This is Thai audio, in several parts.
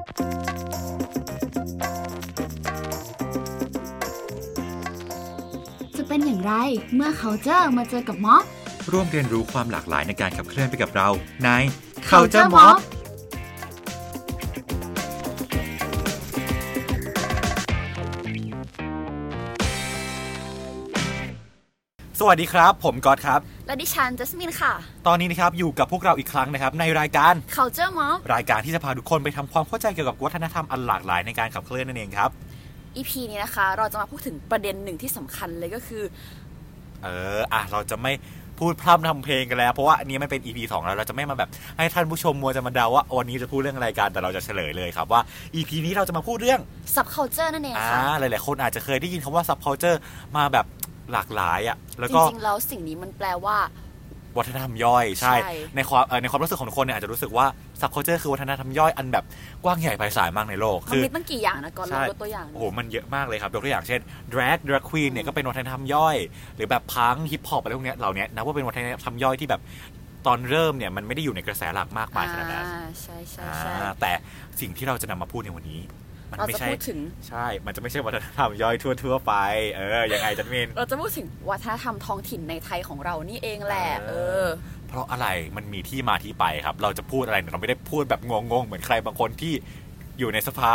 จะเป็นอย่างไรเมื่อ Culture มาเจอกับม็อบร่วมเรียนรู้ความหลากหลายในการขับเคลื่อนไปกับเราใน Culture Mobสวัสดีครับผมก๊อตครับและดิฉันจัสมินค่ะตอนนี้นะครับอยู่กับพวกเราอีกครั้งนะครับในรายการ Culture Mob รายการที่จะพาทุกคนไปทำความเข้าใจเกี่ยวกับวัฒนธรรมอันหลากหลายในการขับเคลื่อนนั่นเองครับ EP นี้นะคะเราจะมาพูดถึงประเด็นหนึ่งที่สำคัญเลยก็คือเราจะไม่พูดพร่ำทำเพลงกันแล้วเพราะว่าอันนี้ไม่เป็น EP 2แล้วเราจะไม่มาแบบให้ท่านผู้ชมมัวจะมาเดาว่าวันนี้จะพูดเรื่องอะไรกันแต่เราจะเฉลยเลยครับว่า EP นี้เราจะมาพูดเรื่อง Subculture นั่นเองค่ะหลายๆคนอาจจะเคยได้ยินคำว่า Subculture มาแบบหลากหลายแล้วก็จริงๆแล้วสิ่งนี้มันแปลว่าวัฒนธรรมย่อยใช่ในความรู้สึกของทุกคนเนี่ยอาจจะรู้สึกว่า Subculture คือวัฒนธรรมย่อยอันแบบกว้างใหญ่ไพศาลมากในโลกคือมันมีตั้งกี่อย่างนะก่อนเรายกตัวอย่างโอ้โหมันเยอะมากเลยครับยกตัวอย่างเช่น drag queen เนี่ยก็เป็นวัฒนธรรมย่อยหรือแบบพังฮิปฮอปอะไรพวกเนี้ยเหล่านี้นับว่าเป็นวัฒนธรรมย่อยที่แบบตอนเริ่มเนี่ยมันไม่ได้อยู่ในกระแสหลักมากมายขนาดนั้นใช่แต่สิ่งที่เราจะนำมาพูดในวันนี้มันไม่ใช่ใช่มันจะไม่ใช่วัฒนธรรมย่อยทั่วไปยังไงจันมินเราจะพูดถึงวัฒนธรรมท้องถิ่นในไทยของเรานี่เองแหละเพราะอะไรมันมีที่มาที่ไปครับเราจะพูดอะไรเราไม่ได้พูดแบบงงๆเหมือนใครบางคนที่อยู่ในสภา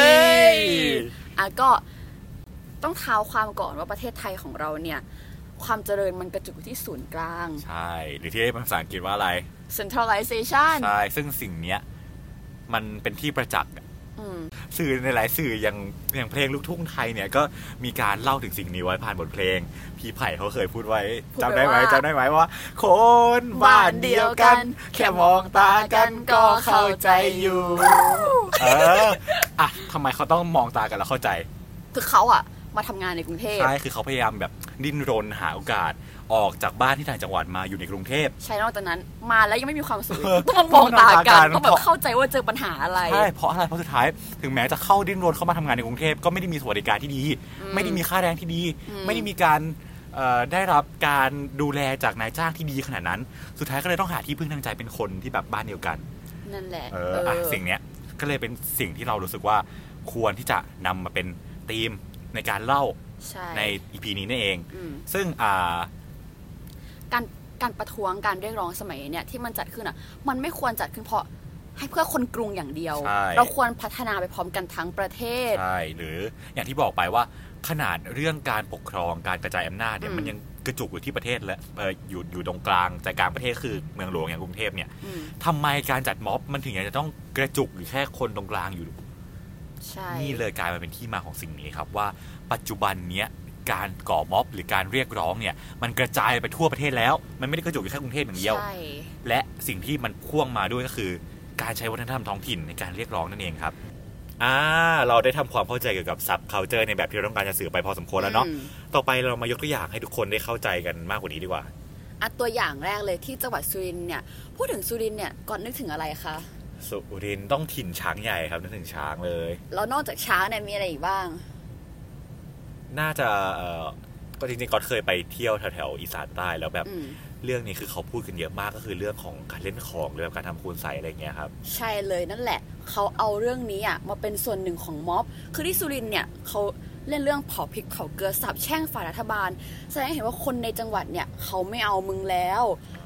ก็ต้องเท้าความก่อนว่าประเทศไทยของเราเนี่ยความเจริญมันกระจุกอยู่ที่ศูนย์กลางใช่หรือที่ภาษาอังกฤษว่าอะไร centralization ใช่ซึ่งสิ่งเนี้ยมันเป็นที่ประจักษ์สื่อในหลายสื่ออย่างเพลงลูกทุ่งไทยเนี่ยก็มีการเล่าถึงสิ่งนี้ไว้ผ่านบทเพลงพี่ไผ่เขาเคยพูดไว้จำได้ไหมว่าคนบ้านเดียวกันแค่มองตากันก็เข้าใจอยู่ทำไมเขาต้องมองตากันแล้วเข้าใจคือเขามาทำงานในกรุงเทพใช่คือเขาพยายามแบบดิ้นรนหาโอกาสออกจากบ้านที่ต่างจังหวัดมาอยู่ในกรุงเทพใช่นอกจากนั้นมาแล้วยังไม่มีความสุขต้องมองตากันต้องแบบเข้าใจว่าเจอปัญหาอะไรใช่เพราะอะไรเพราะสุดท้ายถึงแม้จะเข้าดิ้นรนเข้ามาทำงานในกรุงเทพก็ไม่ได้มีสวัสดิการที่ดีไม่ได้มีค่าแรงที่ดีไม่ได้มีการได้รับการดูแลจากนายจ้างที่ดีขนาดนั้นสุดท้ายก็เลยต้องหาที่พึ่งทางใจเป็นคนที่แบบบ้านเดียวกันนั่นแหละสิ่งเนี้ยก็เลยเป็นสิ่งที่เรารู้สึกว่าควรที่จะนำมาเป็นธีมในการเล่าใน EP นี้นั่นเองซึ่งการประท้วงการเรียกร้องสมัยเนี่ยที่มันจัดขึ้นมันไม่ควรจัดขึ้นเพราะให้เพื่อคนกรุงอย่างเดียวเราควรพัฒนาไปพร้อมกันทั้งประเทศใช่หรืออย่างที่บอกไปว่าขนาดเรื่องการปกครองการกระจายอำนาจเนี่ยมันยังกระจุกอยู่ที่ประเทศและอยู่ตรงกลางใจกลางประเทศคือเมืองหลวงอย่างกรุงเทพเนี่ยทำไมการจัดม็อบมันถึงจะต้องกระจุกอยู่แค่คนตรงกลางอยู่นี่เลยกลายมาเป็นที่มาของสิ่งนี้ครับว่าปัจจุบันเนี้ยการก่อม็อบหรือการเรียกร้องเนี่ยมันกระจายไปทั่วประเทศแล้วมันไม่ได้กระจุกอยู่แค่กรุงเทพอย่างเดียวและสิ่งที่มันพ่วงมาด้วยก็คือการใช้วัฒนธรรมท้องถิ่นในการเรียกร้องนั่นเองครับเราได้ทำความเข้าใจเกี่ยวกับ Subculture ในแบบที่เราต้องการจะสื่อไปพอสมควรแล้วเนาะต่อไปเรามายกตัวอย่างให้ทุกคนได้เข้าใจกันมากกว่านี้ดีกว่าตัวอย่างแรกเลยที่จังหวัดสุรินทร์เนี่ยพูดถึงสุรินทร์เนี่ยก่อนนึกถึงอะไรคะสุรินทร์ต้องถิ่นช้างใหญ่ครับนึกถึงช้างเลยแล้วนอกจากช้างเนี่ยมีอะไรอีกบ้างน่าจะก็จริงๆก็เคยไปเที่ยวแถวๆอีสานใต้แล้วแบบเรื่องนี้คือเขาพูดกันเยอะมากก็คือเรื่องของการเล่นของหรือการทำคูณใส่อะไรเงี้ยครับใช่เลยนั่นแหละเขาเอาเรื่องนี้มาเป็นส่วนหนึ่งของม็อบคือที่สุรินทร์เนี่ยเขาเล่นเรื่องเผาพริกเผาเกลือสาบแช่งฝ่ายรัฐบาลแสดงให้เห็นว่าคนในจังหวัดเนี่ยเขาไม่เอามึงแล้ว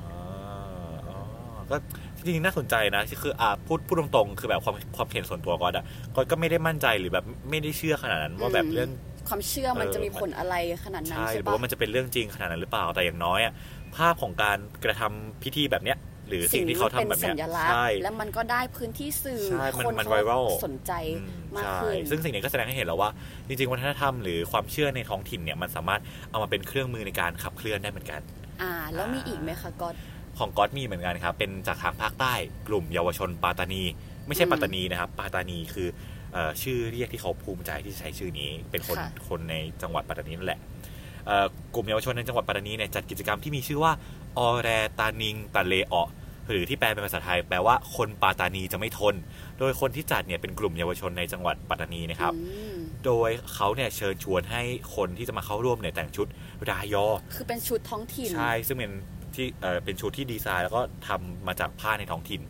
ก็จริงๆน่าสนใจนะคือพูดตรงๆคือแบบความเห็นส่วนตัวก็ไม่ได้มั่นใจหรือแบบไม่ได้เชื่อขนาดนั้นว่าแบบเรื่องความเชื่อมันจะมีผลอะไรขนาดนั้นใช่ปะว่ามันจะเป็นเรื่องจริงขนาดนั้นหรือเปล่าแต่อย่างน้อยภาพของการกระทำพิธีแบบเนี้ยหรือสิ่งที่เขาทำแบบเนี้ยใช่แล้วมันก็ได้พื้นที่สื่อคนไวรัลสนใจมากขึ้นซึ่งสิ่งนี้ก็แสดงให้เห็นแล้วว่าจริงๆวัฒนธรรมหรือความเชื่อในท้องถิ่นเนี่ยมันสามารถเอามาเป็นเครื่องมือในการขับเคลื่อนได้เหมือนกันแล้วมีอีกไหมคะก๊อตของก๊อตมีเหมือนกันครับเป็นจากทางภาคใต้กลุ่มเยาวชนปาตานีไม่ใช่ปัตตานีนะครับปาตานีคือชื่อเรียกที่เขาภูมิใจที่ใช้ชื่อนี้เป็นคนในจังหวัดปัตตานีนั่นแหละกลุ่มเยาวชนในจังหวัดปัตตานีเนี่ยจัดกิจกรรมที่มีชื่อว่าออแรตานิงตะเลออหรือที่แปลเป็นภาษาไทยแปลว่าคนปาตานีจะไม่ทนโดยคนที่จัดเนี่ยเป็นกลุ่มเยาวชนในจังหวัดปัตตานีนะครับโดยเขาเนี่ยเชิญชวนให้คนที่จะมาเข้าร่วมเนี่ยแต่งชุดรายอคือเป็นชุดท้องถิ่นใช่ซึ่งเป็นชุดที่ดีไซน์แล้วก็ทำมาจากผ้าในท้องถิ่น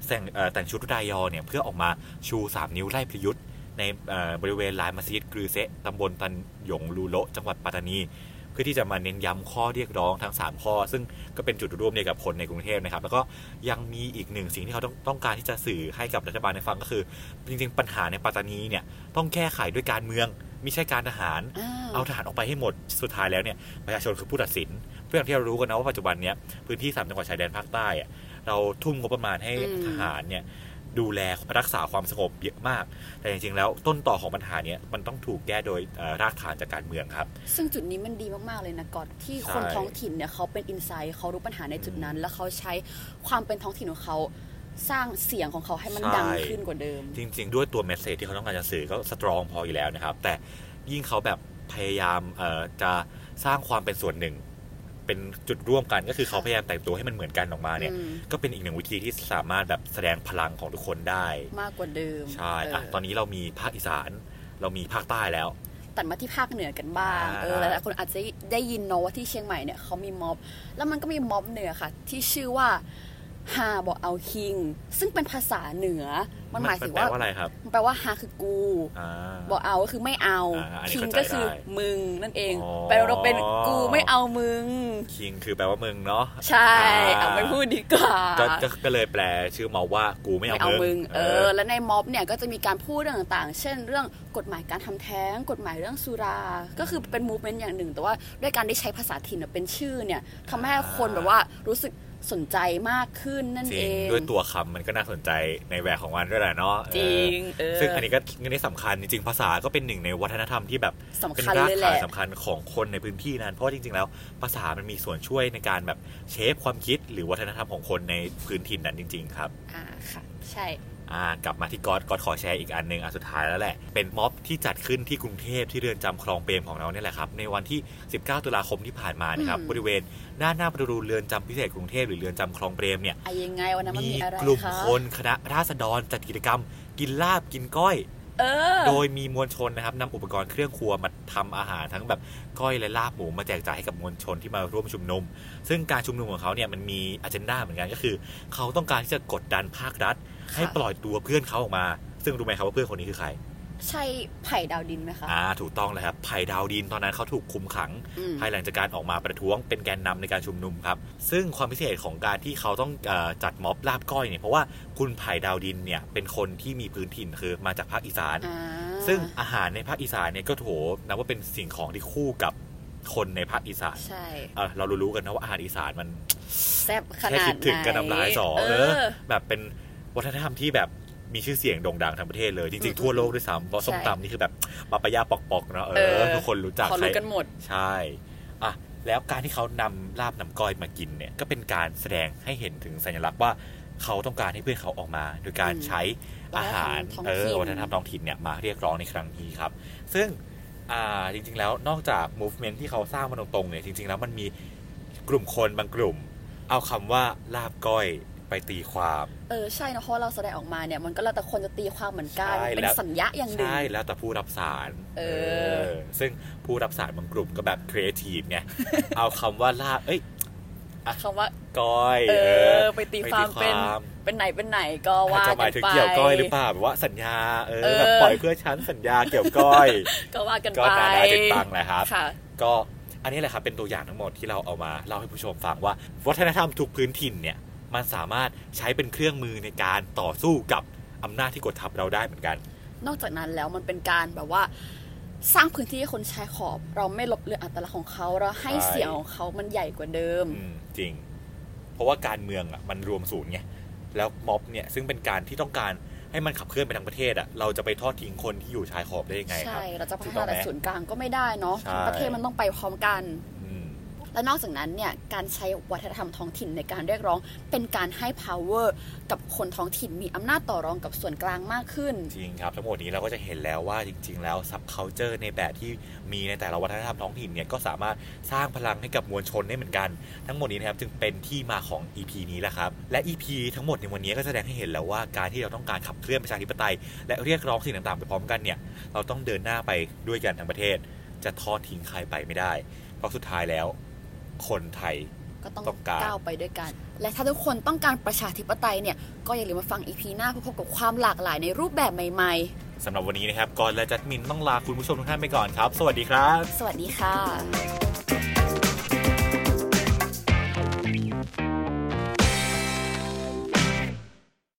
แต่งชุดรายอเนี่ยเพื่อออกมาชู3นิ้วไล่พยุทธ์ในบริเวณลานมัสยิดกรือเซะตำบลตันหยงลูโละจังหวัดปัตตานีเพื่อที่จะมาเน้นย้ำข้อเรียกร้องทั้ง3ข้อซึ่งก็เป็นจุดร่วมเดียวกับคนในกรุงเทพนะครับแล้วก็ยังมีอีกหนึ่งสิ่งที่เขาต้องการที่จะสื่อให้กับรัฐบาลได้ฟังก็คือจริงๆปัญหาในปัตตานีเนี่ยต้องแก้ไขด้วยการเมืองไม่ใช่การทหารเอาทหารออกไปให้หมดสุดท้ายแล้วเนี่ยประชาชนคือผู้ตัดสินเพื่อที่เรารู้กันนะว่าปัจจุบันเนี้ยพื้นที่3จังหวัดชายแดนภาคใต้เราทุ่มงบประมาณให้ทหารเนี่ยดูแลรักษาความสงบเยอะมากแต่จริงๆแล้วต้นต่อของปัญหานี้มันต้องถูกแก้โดยรากฐานจากการเมืองครับซึ่งจุดนี้มันดีมากๆเลยนะก่อนที่คนท้องถิ่นเนี่ยเขาเป็นอินไซต์เขารู้ปัญหาในจุดนั้นแล้วเขาใช้ความเป็นท้องถิ่นของเขาสร้างเสียงของเขาให้มันดังขึ้นกว่าเดิมจริงๆด้วยตัวเมสเสจที่เขาต้องการจะสื่อก็สตรองพออยู่แล้วนะครับแต่ยิ่งเขาแบบพยายามจะสร้างความเป็นส่วนหนึ่งเป็นจุดร่วมกันก็คือเขาพยายามแต่งตัวให้มันเหมือนกันออกมาเนี่ยก็เป็นอีกหนึ่งวิธีที่สามารถแบบแสดงพลังของทุกคนได้มากกว่าเดิมใช่ตอนนี้เรามีภาคอีสานเรามีภาคใต้แล้วตัดมาที่ภาคเหนือกันบ้างหลายๆคนอาจจะได้ยินเนาะว่าที่เชียงใหม่เนี่ยเขามีม็อบแล้วมันก็มีม็อบเหนือค่ะที่ชื่อว่าฮาบอกเอาคิงซึ่งเป็นภาษาเหนือมันหมายถึงว่าอะไรครับมันแปลว่าฮาคือกูบอกเอาก็คือไม่เอาคิงก็คือมึงนั่นเองแปลว่าเราเป็นกูไม่เอามึงคิงคือแปลว่ามึงเนาะใช่เอาไม่พูดดีกว่าก็เลยแปลชื่อม็อบว่ากูไม่เอามึงแล้วในม็อบเนี่ยก็จะมีการพูดเรื่องต่างๆเช่นเรื่องกฎหมายการทำแท้งกฎหมายเรื่องสุราก็คือเป็นมูฟเมนต์อย่างหนึ่งแต่ว่าด้วยการได้ใช้ภาษาถิ่นเป็นชื่อเนี่ยทำให้คนแบบว่ารู้สึกสนใจมากขึ้นนั่นเองด้วยตัวคำมันก็น่าสนใจในแววของมันด้วยแหละเนาะจริงซึ่งอันนี้ก็นี่สำคัญจริงๆภาษาก็เป็นหนึ่งในวัฒนธรรมที่แบบเป็นรากฐานสำคัญของคนในพื้นที่นั้นเพราะจริงๆแล้วภาษามันมีส่วนช่วยในการแบบเชฟความคิดหรือวัฒนธรรมของคนในพื้นถิ่นนั้นจริงๆครับค่ะใช่กลับมาที่ก๊อตขอแชร์อีกอันนึงสุดท้ายแล้วแหละเป็นม็อบที่จัดขึ้นที่กรุงเทพที่เรือนจำคลองเปรมของเราเนี่ยแหละครับในวันที่19ตุลาคมที่ผ่านมานะครับบริเวณด้านหน้าประตูเรือนจำพิเศษกรุงเทพหรือเรือนจำคลองเปรมเนี่ยยังไงวันนั้นมันมีอะไรกลุ่มคนคณะราษฎรจัดกิจกรรมกินลาบกินก้อยโดยมีมวลชนนะครับนำอุปกรณ์เครื่องครัวมาทำอาหารทั้งแบบก้อยและลาบหมูมาแจกจ่ายให้กับมวลชนที่มาร่วมชุมนุมซึ่งการชุมนุมของเขาเนี่ยมันมีอเจนดาเหมือนกันก็คือเขาต้องการที่จะกดดันภาครัฐให้ปล่อยตัวเพื่อนเขาออกมาซึ่งรู้ไหมครับว่าเพื่อนคนนี้คือใครใช่ไผ่ดาวดินไหมคะถูกต้องเลยครับไผ่ดาวดินตอนนั้นเขาถูกคุมขังภายหลังจากการออกมาประท้วงเป็นแกนนำในการชุมนุมครับซึ่งความพิเศษของการที่เขาต้องจัดม็อบลาบก้อยเนี่ยเพราะว่าคุณไผ่ดาวดินเนี่ยเป็นคนที่มีพื้นถิ่นคือมาจากภาคอีสานซึ่งอาหารในภาคอีสานเนี่ยก็นับว่าเป็นสิ่งของที่คู่กับคนในภาคอีสานใช่เรารู้กันนะว่าอาหารอีสานมันแซ่บขนาดไหนแค่คิดถึงกันน้ำลายสอแบบเป็นวัฒนธรรมที่แบบมีชื่อเสียงโด่งดังทั้งประเทศเลยจริงๆทั่วโลกด้วยซ้ำเพราะส้มตำนี่คือแบบปาปายาปอกๆเนาะทุกคนรู้จักเขารู้กันหมดใช่แล้วการที่เขานำลาบน้ำก้อยมากินเนี่ยก็เป็นการแสดงให้เห็นถึงสัญลักษณ์ว่าเขาต้องการให้เพื่อนเขาออกมาโดยการใช้อาหารวัฒนธรรมท้องถิ่นเนี่ยมาเรียกร้องในครั้งนี้ครับซึ่งจริงๆแล้วนอกจาก movement ที่เขาสร้างมาตรงๆเนี่ยจริงๆแล้วมันมีกลุ่มคนบางกลุ่มเอาคำว่าลาบก้อยไปตีความใช่นะเพราะเราแสดงออกมาเนี่ยมันก็แล้วแต่คนจะตีความเหมือนกันเป็นสัญญาอย่างหนึ่งใช่แล้วแต่ผู้รับสารซึ่งผู้รับสารบางกลุ่มก็แบบครีเอทีฟไง เอาคำว่าลาบคำว่าก้อยไปตีความเป็นไหนก็ว่ากันไปหมายถึงเกี่ยวก้อยหรือเปล่าแบบว่าสัญญาแบบปล่อยเพื่อชั้นสัญญาเกี่ยวก้อยก็ว่ากันไปก็น่าได้ติดตั้งแหละครับก็อันนี้แหละครับเป็นตัวอย่างทั้งหมดที่เราเอามาเล่าให้ผู้ชมฟังว่าวัฒนธรรมทุกพื้นถิ่นเนี่ยมันสามารถใช้เป็นเครื่องมือในการต่อสู้กับอำนาจที่กดทับเราได้เหมือนกันนอกจากนั้นแล้วมันเป็นการแบบว่าสร้างพื้นที่ให้คนชายขอบเราไม่ลบเลือนอัตลักษณ์ของเขาเราให้เสียงของเขามันใหญ่กว่าเดิมจริงเพราะว่าการเมืองมันรวมศูนย์ไงแล้วม็อบเนี่ยซึ่งเป็นการที่ต้องการให้มันขับเคลื่อนไปทั้งประเทศเราจะไปทอดทิ้งคนที่อยู่ชายขอบได้ยังไงครับใช่เราจะพัฒนาแต่ศูนย์กลางก็ไม่ได้เนาะทั้งประเทศมันต้องไปพร้อมกันและนอกจากนั้นเนี่ยการใช้วัฒนธรรมท้องถิ่นในการเรียกร้องเป็นการให้ power กับคนท้องถิ่นมีอำนาจต่อรองกับส่วนกลางมากขึ้นจริงครับทั้งหมดนี้เราก็จะเห็นแล้วว่าจริงๆแล้ว subculture ในแบบที่มีในแต่ละวัฒนธรรมท้องถิ่นเนี่ยก็สามารถสร้างพลังให้กับมวลชนได้เหมือนกันทั้งหมดนี้นะครับจึงเป็นที่มาของ EP นี้แหละครับและ EP ทั้งหมดในวันนี้ก็แสดงให้เห็นแล้วว่าการที่เราต้องการขับเคลื่อนประชาธิปไตยและเรียกร้องสิ่งต่างๆไปพร้อมกันเนี่ยเราต้องเดินหน้าไปด้วยกันทั้งประเทศจะทอดทิ้งใครไปไม่ได้เพราะสุดท้ายแล้วคนไทยก็ต้องก้าวไปด้วยกันและถ้าทุกคนต้องการประชาธิปไตยเนี่ยก็อย่าลืมมาฟัง EP หน้าเพื่อพบกับความหลากหลายในรูปแบบใหม่ๆสำหรับวันนี้นะครับกอนและจัดมินต้องลาคุณผู้ชมทุกท่านไปก่อนครับสวัสดีครับสวัสดีค่ะ